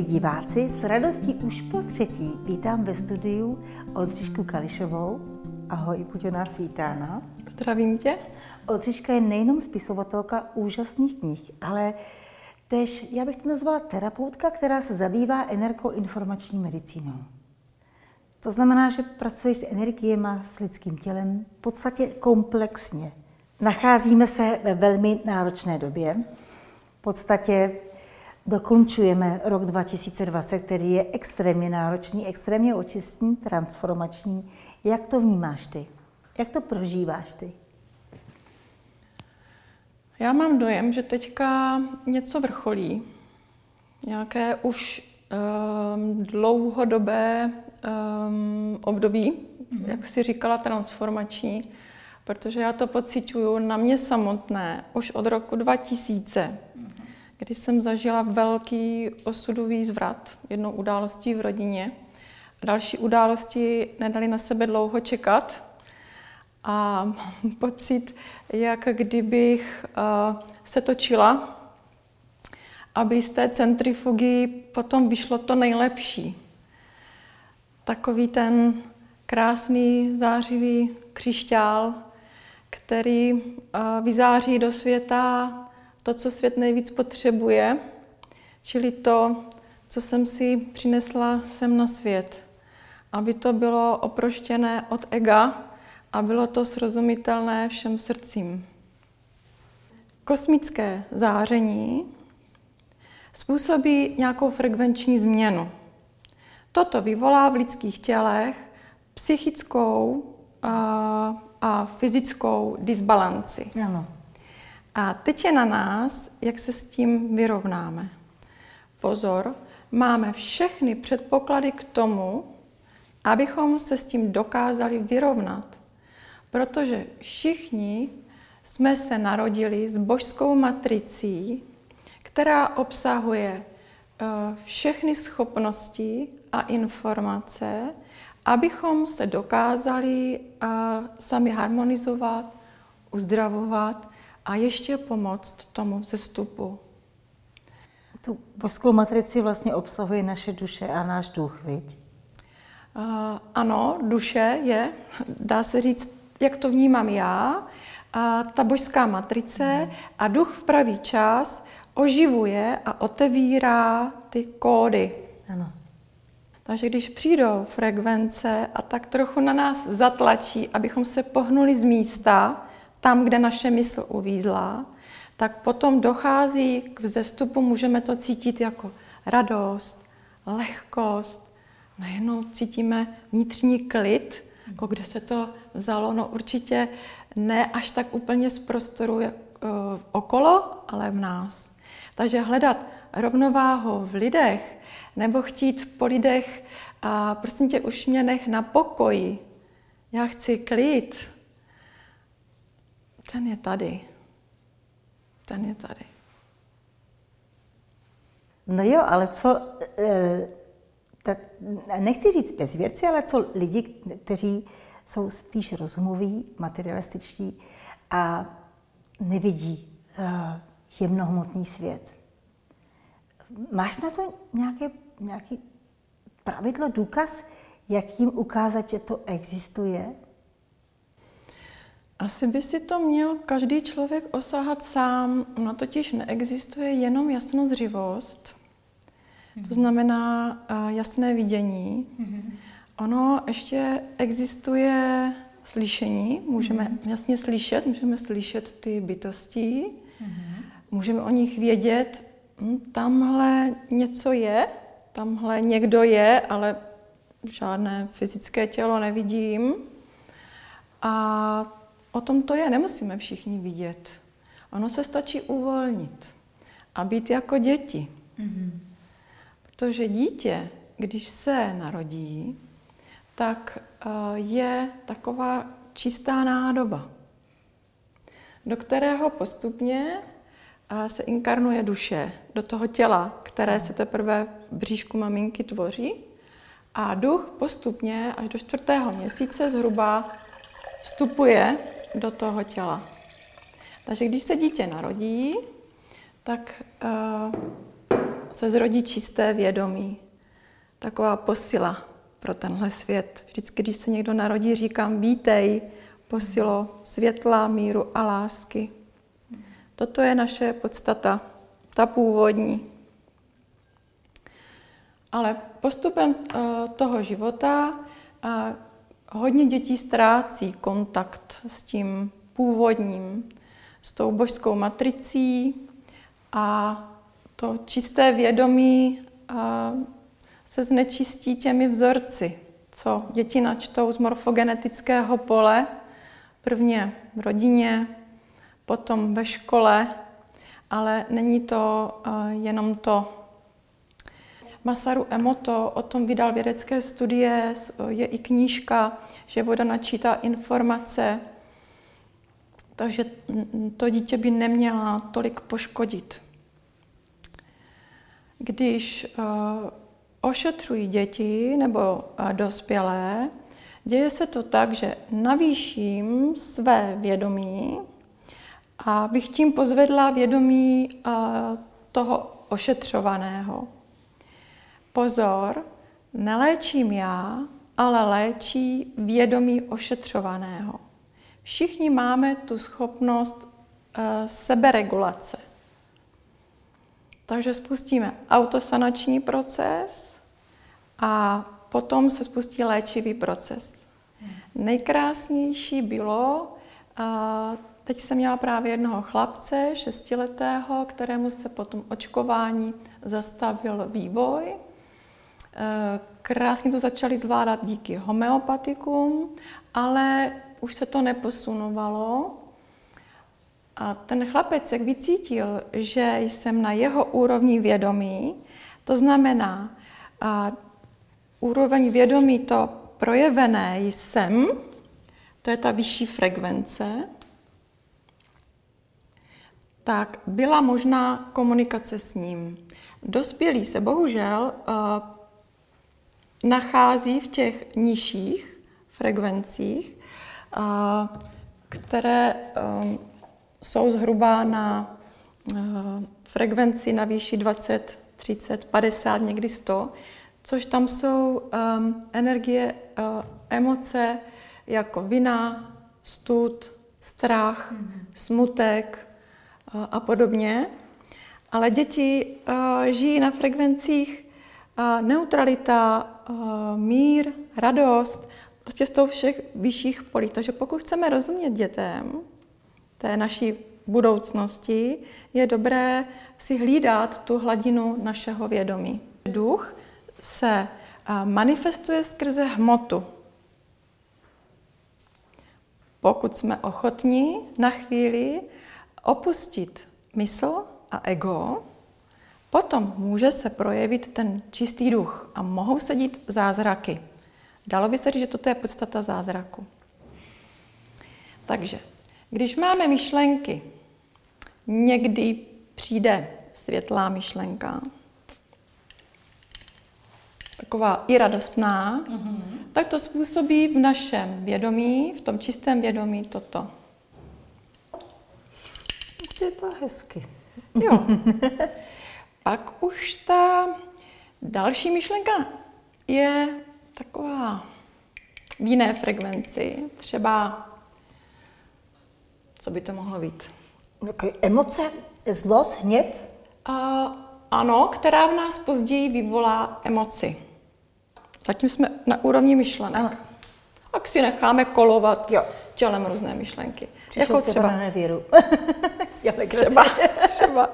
diváci, s radostí už po třetí vítám ve studiu Oldřišku Kališovou. Ahoj, buď u nás vítána. Zdravím tě. Oldřiška je nejenom spisovatelka úžasných knih, ale též, já bych to nazvala terapeutka, která se zabývá energoinformační medicínou. To znamená, že pracuješ s energiemi, s lidským tělem, v podstatě komplexně. Nacházíme se ve velmi náročné době. V podstatě dokončujeme rok 2020, který je extrémně náročný, extrémně očistný, transformační. Jak to vnímáš ty? Jak to prožíváš ty? Já mám dojem, že teďka něco vrcholí. Nějaké už dlouhodobé období, jak jsi říkala, transformační, protože já to pociťuju na mě samotné už od roku 2000, kdy jsem zažila velký osudový zvrat jednou událostí v rodině. Další události nedali na sebe dlouho čekat a mám pocit, jak kdybych se točila, aby z té centrifugy potom vyšlo to nejlepší. Takový ten krásný zářivý křišťál, který vyzáří do světa to, co svět nejvíc potřebuje, čili to, co jsem si přinesla sem na svět. Aby to bylo oproštěné od ega a bylo to srozumitelné všem srdcím. Kosmické záření způsobí nějakou frekvenční změnu. Toto vyvolá v lidských tělech psychickou a fyzickou disbalanci. Ano. A teď je na nás, jak se s tím vyrovnáme. Pozor, máme všechny předpoklady k tomu, abychom se s tím dokázali vyrovnat. Protože všichni jsme se narodili s božskou matricí, která obsahuje všechny schopnosti a informace, abychom se dokázali sami harmonizovat, uzdravovat a ještě pomoct tomu vzestupu. Tu božskou matrici vlastně obsahuje naše duše a náš duch, viď? Ano, duše je, dá se říct, jak to vnímám já, ta božská matrice a duch v pravý čas oživuje a otevírá ty kódy. Ano. Takže když přijdou frekvence a tak trochu na nás zatlačí, abychom se pohnuli z místa, tam, kde naše mysl uvízla, tak potom dochází k vzestupu, můžeme to cítit jako radost, lehkost, najednou cítíme vnitřní klid, jako kde se to vzalo, no určitě ne až tak úplně z prostoru okolo, ale v nás. Takže hledat rovnováhu v lidech, nebo chtít po lidech, a prosím tě, už mě nech na pokoji, já chci klid, ten je tady. Ten je tady. No jo, ale co, nechci říct bezvěrci, ale co lidi, kteří jsou spíš rozumoví, materialističtí a nevidí jemnohmotný svět. Máš na to nějaký pravidlo, důkaz, jak jim ukázat, že to existuje? Asi by si to měl každý člověk osahat sám. Ona totiž neexistuje jenom jasnozřivost, to znamená jasné vidění. Ono ještě existuje slyšení, můžeme jasně slyšet, můžeme slyšet ty bytosti, můžeme o nich vědět, tamhle něco je, tamhle někdo je, ale žádné fyzické tělo nevidím. A o tom to je, nemusíme všichni vidět. Ono se stačí uvolnit a být jako děti. Protože dítě, když se narodí, tak je taková čistá nádoba, do kterého postupně se inkarnuje duše do toho těla, které se teprve v bříšku maminky tvoří. A duch postupně až do 4. měsíce zhruba vstupuje do toho těla. Takže když se dítě narodí, tak se zrodí čisté vědomí. Taková posila pro tenhle svět. Vždycky, když se někdo narodí, říkám, vítej, posilo světla, míru a lásky. Toto je naše podstata, ta původní. Ale postupem toho života hodně dětí ztrácí kontakt s tím původním, s tou božskou matricí a to čisté vědomí se znečistí těmi vzorci, co děti načtou z morfogenetického pole, prvně v rodině, potom ve škole, ale není to jenom to. Masaru Emoto o tom vydal vědecké studie, je i knížka, že voda načítá informace, takže to dítě by neměla tolik poškodit. Když ošetřují děti nebo dospělé, děje se to tak, že navýším své vědomí a bych tím pozvedla vědomí toho ošetřovaného. Pozor, neléčím já, ale léčí vědomí ošetřovaného. Všichni máme tu schopnost seberegulace. Takže spustíme autosanační proces a potom se spustí léčivý proces. Nejkrásnější bylo, teď jsem měla právě jednoho chlapce, 6letého, kterému se po tom očkování zastavil vývoj. Krásně to začali zvládat díky homeopatikům, ale už se to neposunovalo. A ten chlapec, jak vycítil, že jsem na jeho úrovni vědomí, to znamená, úroveň vědomí to projevené jsem, to je ta vyšší frekvence, tak byla možná komunikace s ním. Dospělý se bohužel nachází v těch nižších frekvencích, které jsou zhruba na frekvenci na výši 20, 30, 50, někdy 100, což tam jsou energie, emoce jako vina, stud, strach, smutek a podobně. Ale děti žijí na frekvencích neutralita, mír, radost, prostě z toho všech vyšších polí. Takže pokud chceme rozumět dětem, té naší budoucnosti, je dobré si hlídat tu hladinu našeho vědomí. Duch se manifestuje skrze hmotu. Pokud jsme ochotní na chvíli opustit mysl a ego, potom může se projevit ten čistý duch a mohou se dít zázraky. Dalo by se říct, že toto je podstata zázraku. Takže, když máme myšlenky, někdy přijde světlá myšlenka, taková i radostná, tak to způsobí v našem vědomí, v tom čistém vědomí toto. To je hezky. Jo. Pak už ta další myšlenka je taková v jiné frekvenci. Třeba, co by to mohlo být? Emoce, zlost, hněv? Ano, která v nás později vyvolá emoci. Zatím jsme na úrovni myšlenek. Ano. Tak si necháme kolovat tělem různé myšlenky. Jako třeba na nevěru. třeba.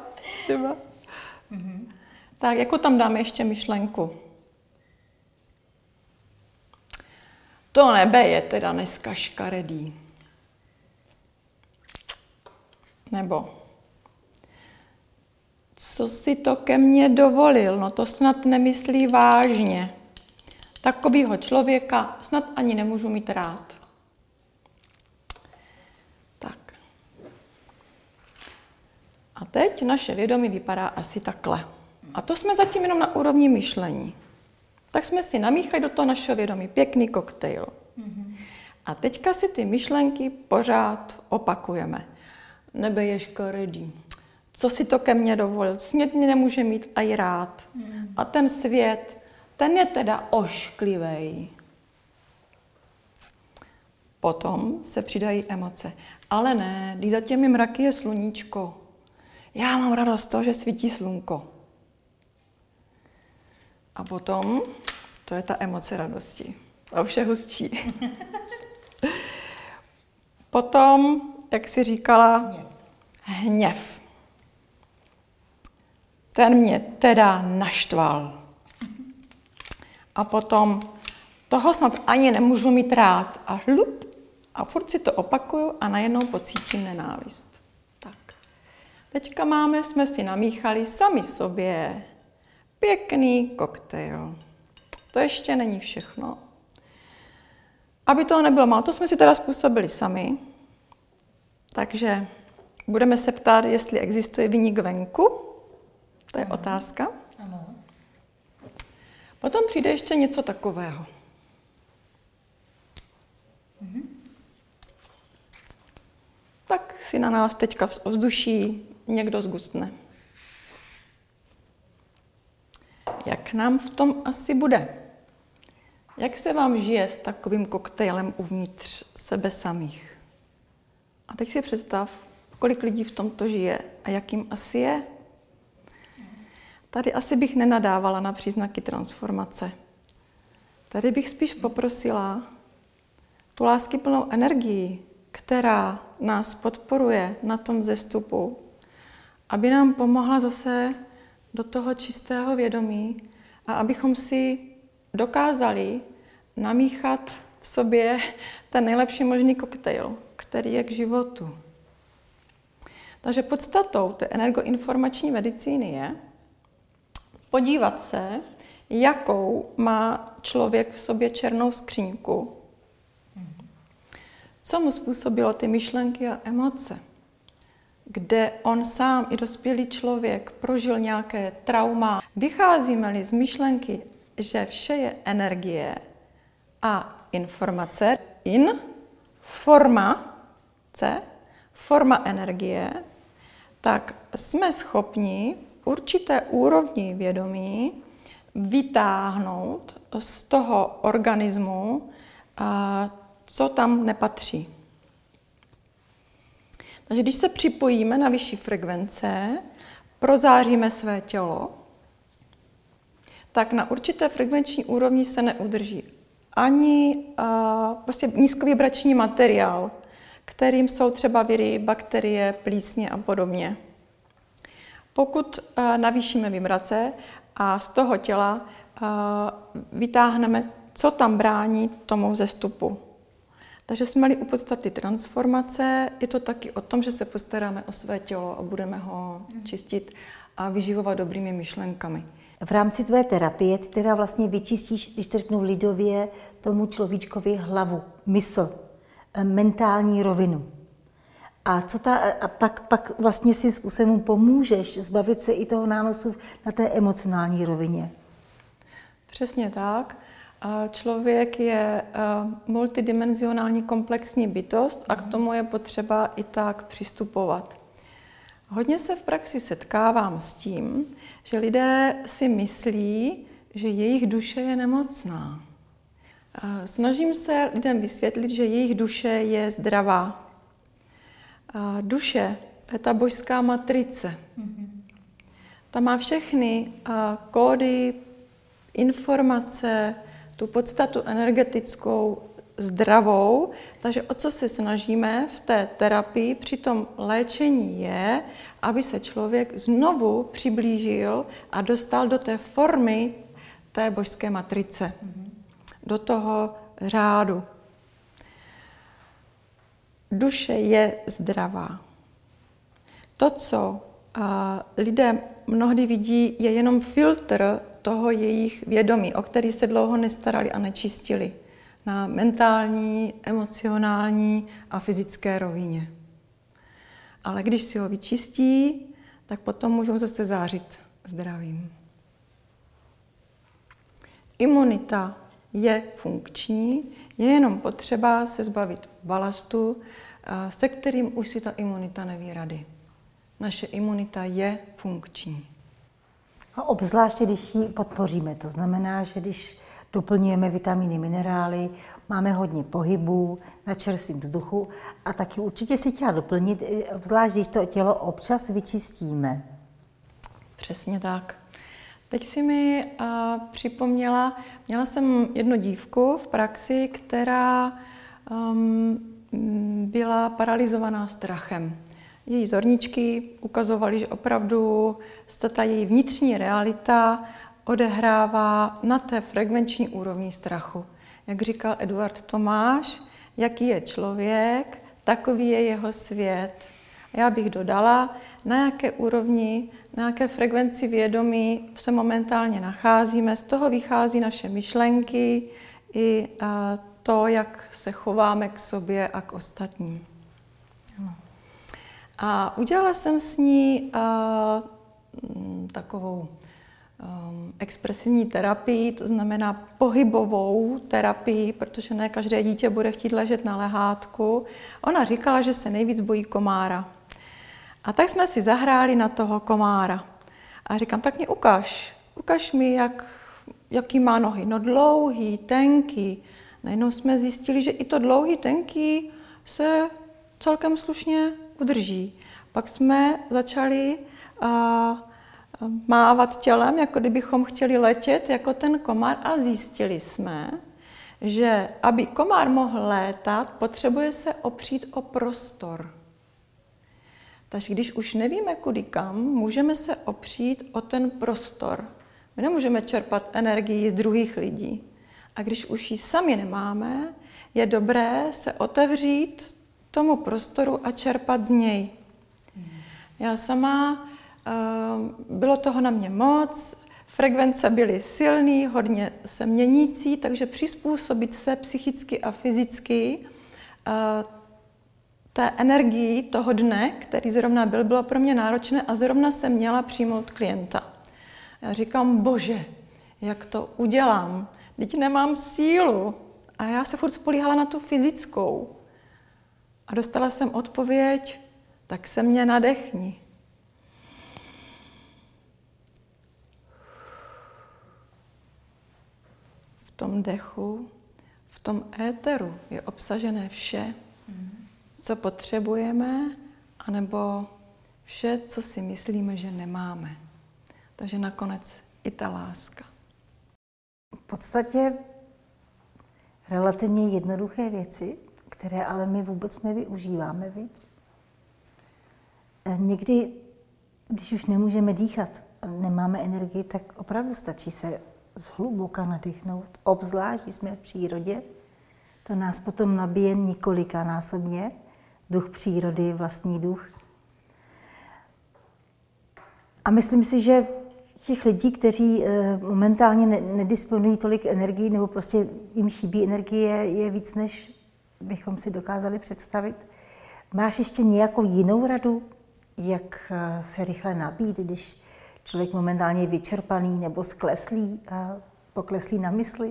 Tak, jako tam dáme ještě myšlenku? To nebe je teda dneska škaredý. Nebo co si to ke mně dovolil? No to snad nemyslí vážně. Takovýho člověka snad ani nemůžu mít rád. Tak. A teď naše vědomí vypadá asi takhle. A to jsme zatím jenom na úrovni myšlení. Tak jsme si namíchali do toho našeho vědomí pěkný koktejl. A teďka si ty myšlenky pořád opakujeme. Nebe je škaredý. co si to ke mně dovolil. Svět mě nemůže mít aj rád. A ten svět, ten je teda ošklivej. Potom se přidají emoce. Ale ne, když za těmi mraky je sluníčko. Já mám radost z toho, že svítí slunko. A potom, to je ta emoce radosti. A už je hustší. Potom, jak jsi říkala, hněv. Ten mě teda naštval. A potom, toho snad ani nemůžu mít rád. A hlup, a furt si to opakuju a najednou pocítím nenávist. Tak. Teďka jsme si namíchali sami sobě pěkný koktejl. To ještě není všechno. Aby toho nebylo málo, to jsme si teda způsobili sami. Takže budeme se ptát, jestli existuje viník venku. To je otázka. Ano. Potom přijde ještě něco takového. Tak si na nás teďka v ovzduší někdo zgustne. Jak nám v tom asi bude? Jak se vám žije s takovým koktejlem uvnitř sebe samých? A teď si představ, kolik lidí v tomto žije a jakým asi je. Tady asi bych nenadávala na příznaky transformace. Tady bych spíš poprosila tu láskyplnou energii, která nás podporuje na tom vzestupu, aby nám pomohla zase do toho čistého vědomí a abychom si dokázali namíchat v sobě ten nejlepší možný koktejl, který je k životu. Takže podstatou té energoinformační medicíny je podívat se, jakou má člověk v sobě černou skříňku, co mu způsobilo ty myšlenky a emoce, kde on sám i dospělý člověk prožil nějaké trauma. Vycházíme-li z myšlenky, že vše je energie a informace, forma energie, tak jsme schopni v určité úrovni vědomí vytáhnout z toho organismu, co tam nepatří. Takže když se připojíme na vyšší frekvence, prozáříme své tělo, tak na určité frekvenční úrovni se neudrží ani prostě nízkovibrační materiál, kterým jsou třeba viry, bakterie, plísně a podobně. Pokud navýšíme vibrace a z toho těla vytáhneme, co tam brání tomu vzestupu. Takže jsme-li u podstaty transformace, je to taky o tom, že se postaráme o své tělo a budeme ho čistit a vyživovat dobrými myšlenkami. V rámci tvé terapie ty teda vlastně vyčistíš, když to řeknu lidově, tomu človíčkovi hlavu, mysl, mentální rovinu. A pak vlastně si způsobem pomůžeš zbavit se i toho nánosu na té emocionální rovině. Přesně tak. Člověk je multidimenzionální komplexní bytost a k tomu je potřeba i tak přistupovat. Hodně se v praxi setkávám s tím, že lidé si myslí, že jejich duše je nemocná. Snažím se lidem vysvětlit, že jejich duše je zdravá. Duše je ta božská matrice. Ta má všechny kódy, informace, tu podstatu energetickou zdravou, takže o co se snažíme v té terapii při tom léčení je, aby se člověk znovu přiblížil a dostal do té formy té božské matrice, do toho řádu. Duše je zdravá. To, co lidé mnohdy vidí, je jenom filtr toho jejich vědomí, o který se dlouho nestarali a nečistili na mentální, emocionální a fyzické rovině. Ale když si ho vyčistí, tak potom můžou zase zářit zdravím. Imunita je funkční, je jenom potřeba se zbavit balastu, se kterým už si ta imunita neví rady. naše imunita je funkční. A obzvláště, když ji podpoříme. To znamená, že když doplňujeme vitamíny, minerály, máme hodně pohybu na čerstvém vzduchu a taky určitě si chtěla doplnit, obzvlášť, když to tělo občas vyčistíme. Přesně tak. Teď si mi připomněla, měla jsem jednu dívku v praxi, která byla paralyzovaná strachem. Její zorničky ukazovaly, že opravdu se ta její vnitřní realita odehrává na té frekvenční úrovni strachu. Jak říkal Eduard Tomáš, jaký je člověk, takový je jeho svět. Já bych dodala, na jaké úrovni, na jaké frekvenci vědomí se momentálně nacházíme, z toho vychází naše myšlenky i to, jak se chováme k sobě a k ostatním. A udělala jsem s ní takovou expresivní terapii, to znamená pohybovou terapii, protože ne každé dítě bude chtít ležet na lehátku. Ona říkala, že se nejvíc bojí komára. A tak jsme si zahráli na toho komára. A říkám, tak mě ukaž mi, jaký má nohy. No dlouhý, tenký. Najednou jsme zjistili, že i to dlouhý, tenký se celkem slušně udrží. Pak jsme začali mávat tělem, jako kdybychom chtěli letět jako ten komár a zjistili jsme, že aby komár mohl létat, potřebuje se opřít o prostor. Takže když už nevíme kudy kam, můžeme se opřít o ten prostor. My nemůžeme čerpat energii z druhých lidí. A když už ji sami nemáme, je dobré se otevřít tomu prostoru a čerpat z něj. Já sama, bylo toho na mě moc, frekvence byly silný, hodně se měnící, takže přizpůsobit se psychicky a fyzicky té energii toho dne, který zrovna byl, bylo pro mě náročné a zrovna jsem měla přijmout klienta. Já říkám, bože, jak to udělám? Teď nemám sílu. A já se furt spolíhala na tu fyzickou. A dostala jsem odpověď, tak se mě nadechni. V tom dechu, v tom éteru je obsažené vše, co potřebujeme, anebo vše, co si myslíme, že nemáme. Takže nakonec i ta láska. V podstatě relativně jednoduché věci, které ale my vůbec nevyužíváme, viď? Někdy, když už nemůžeme dýchat, nemáme energii, tak opravdu stačí se zhluboka nadechnout, obzvlášť, když jsme v přírodě. To nás potom nabije několikanásobně, duch přírody, vlastní duch. A myslím si, že těch lidí, kteří momentálně nedisponují tolik energií, nebo prostě jim chybí energie, je víc, než bychom si dokázali představit. Máš ještě nějakou jinou radu, jak se rychle nabít, když člověk momentálně je vyčerpaný nebo skleslý a pokleslý na mysli?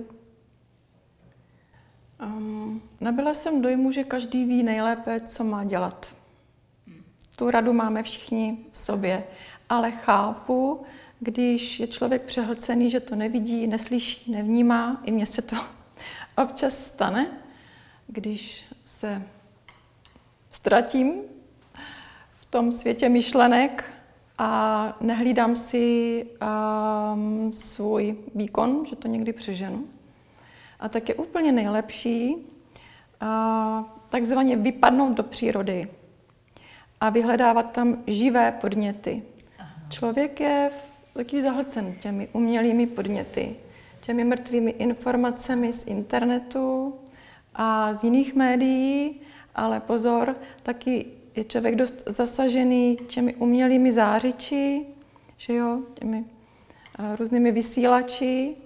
Nabyla jsem dojmu, že každý ví nejlépe, co má dělat. Tu radu máme všichni v sobě, ale chápu, když je člověk přehlcený, že to nevidí, neslyší, nevnímá. I mně se to občas stane, když se ztratím v tom světě myšlenek a nehlídám si svůj výkon, že to někdy přeženu. A tak je úplně nejlepší takzvaně vypadnout do přírody a vyhledávat tam živé podněty. Člověk je taky zahlcen těmi umělými podněty, těmi mrtvými informacemi z internetu a z jiných médií, ale pozor, taky je člověk dost zasažený těmi umělými zářiči, že jo, těmi různými vysílači.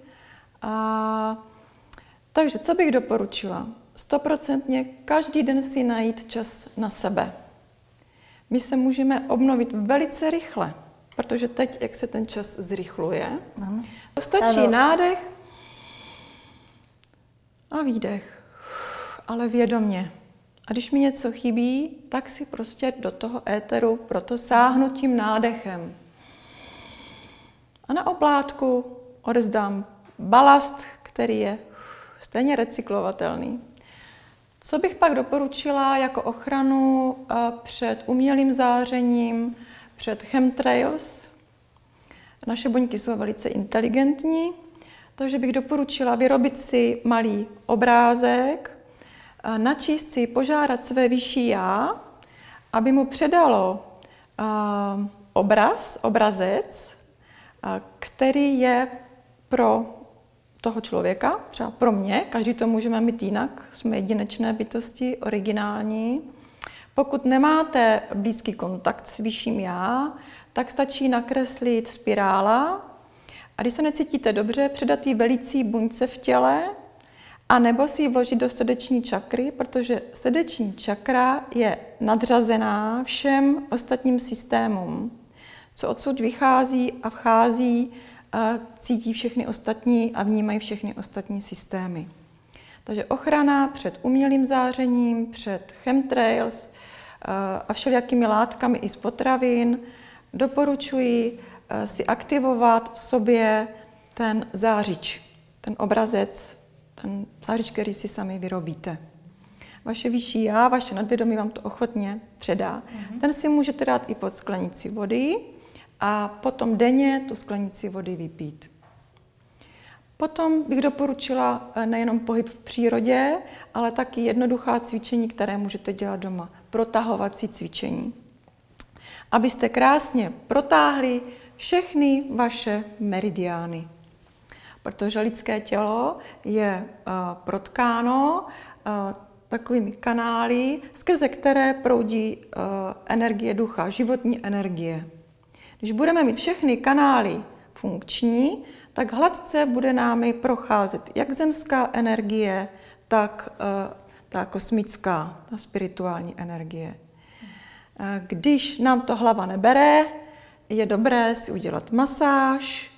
Takže co bych doporučila? 100% každý den si najít čas na sebe. My se můžeme obnovit velice rychle, protože teď, jak se ten čas zrychluje, stačí nádech a výdech, ale vědomě. A když mi něco chybí, tak si prostě do toho éteru proto sáhnu tím nádechem. A na oplátku odevzdám balast, který je stejně recyklovatelný. Co bych pak doporučila jako ochranu před umělým zářením, před chemtrails? Naše buňky jsou velice inteligentní, takže bych doporučila vyrobit si malý obrázek, načíst si, požádat své vyšší já, aby mu předalo obrazec, který je pro toho člověka, třeba pro mě, každý to můžeme mít jinak, jsme jedinečné bytosti, originální. Pokud nemáte blízký kontakt s vyšším já, tak stačí nakreslit spirála a když se necítíte dobře, předat ji velící buňce v těle a nebo si ji vložit do srdeční čakry, protože srdeční čakra je nadřazená všem ostatním systémům. Co odsud vychází a vchází, cítí všechny ostatní a vnímají všechny ostatní systémy. Takže ochrana před umělým zářením, před chemtrails a všelijakými látkami i z potravin. Doporučuji si aktivovat v sobě ten zářič, ten obrazec, ten zářič, který si sami vyrobíte. Vaše vyšší já, vaše nadvědomí vám to ochotně předá. Ten si můžete dát i pod sklenici vody a potom denně tu sklenici vody vypít. Potom bych doporučila nejenom pohyb v přírodě, ale taky jednoduchá cvičení, které můžete dělat doma. Protahovací cvičení. Abyste krásně protáhli všechny vaše meridiány. Protože lidské tělo je protkáno takovými kanály, skrze které proudí energie ducha, životní energie. Když budeme mít všechny kanály funkční, tak hladce bude námi procházet jak zemská energie, tak ta kosmická, ta spirituální energie. Když nám to hlava nebere, je dobré si udělat masáž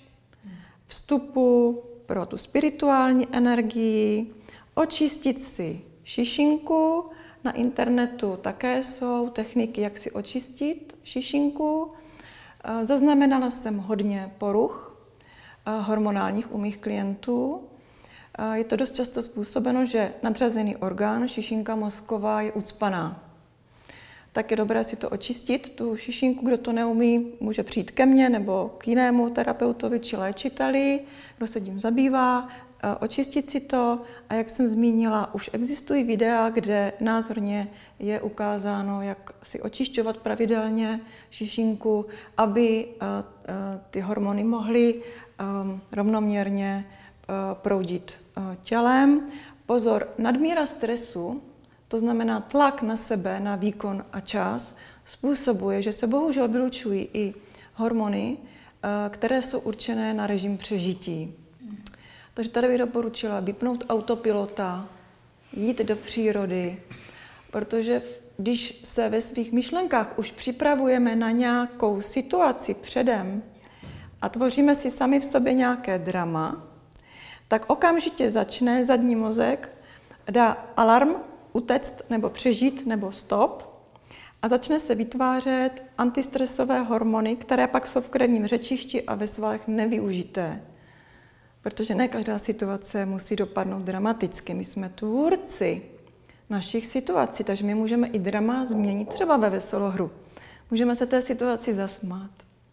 vstupu pro tu spirituální energii, očistit si šišinku. Na internetu také jsou techniky, jak si očistit šišinku. Zaznamenala jsem hodně poruch hormonálních u mých klientů. Je to dost často způsobeno, že nadřazený orgán, šišinka mozková, je ucpaná. Tak je dobré si to očistit, tu šišinku, kdo to neumí, může přijít ke mně nebo k jinému terapeutovi či léčiteli, kdo se tím zabývá, očistit si to. A jak jsem zmínila, už existují videa, kde názorně je ukázáno, jak si očišťovat pravidelně šišinku, aby ty hormony mohly rovnoměrně proudit tělem. Pozor, nadmíra stresu, to znamená tlak na sebe, na výkon a čas, způsobuje, že se bohužel vylučují i hormony, které jsou určené na režim přežití. Takže tady bych doporučila vypnout autopilota, jít do přírody, protože když se ve svých myšlenkách už připravujeme na nějakou situaci předem a tvoříme si sami v sobě nějaké drama, tak okamžitě začne zadní mozek, dá alarm, utéct nebo přežít nebo stop a začne se vytvářet antistresové hormony, které pak jsou v krevním řečišti a ve svalech nevyužité. Protože ne každá situace musí dopadnout dramaticky. My jsme tvůrci našich situací, takže my můžeme i drama změnit třeba ve veselou hru. Můžeme se té situaci zasmát.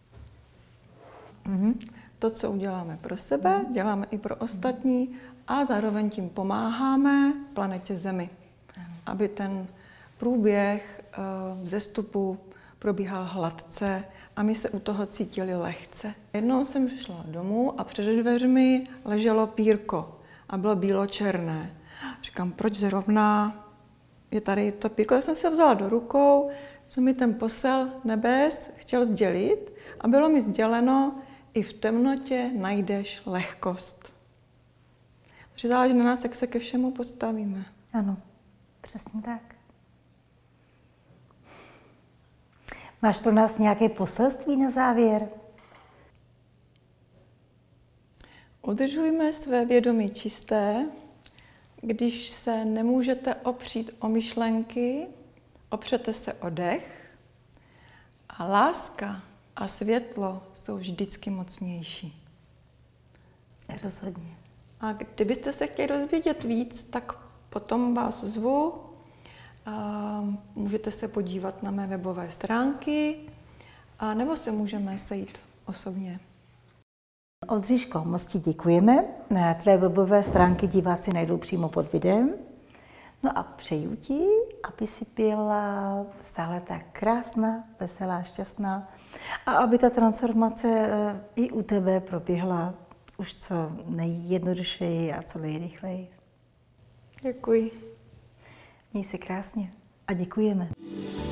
To, co uděláme pro sebe, děláme i pro ostatní a zároveň tím pomáháme planetě Zemi, aby ten průběh vzestupu probíhal hladce a my se u toho cítili lehce. Jednou jsem šla domů a před dveřmi leželo pírko a bylo bílo-černé. Říkám, proč zrovna je tady to pírko? Tak jsem se vzala do rukou, co mi ten posel nebes chtěl sdělit a bylo mi sděleno, i v temnotě najdeš lehkost. Takže záleží na nás, jak se ke všemu postavíme. Ano, přesně tak. Máš pro nás nějaké poselství na závěr? Udržujme své vědomí čisté, když se nemůžete opřít o myšlenky, opřete se o dech a láska a světlo jsou vždycky mocnější. Rozhodně. A kdybyste se chtěli dozvědět víc, tak potom vás zvu. Můžete se podívat na mé webové stránky, nebo se můžeme sejít osobně. Oldřiško, moc ti děkujeme. Na tvé webové stránky diváci najdou přímo pod videem. No a přeju ti, aby si byla stále tak krásná, veselá, šťastná a aby ta transformace i u tebe proběhla už co nejjednodušeji a co nejrychleji. Děkuji. Měj se krásně a děkujeme.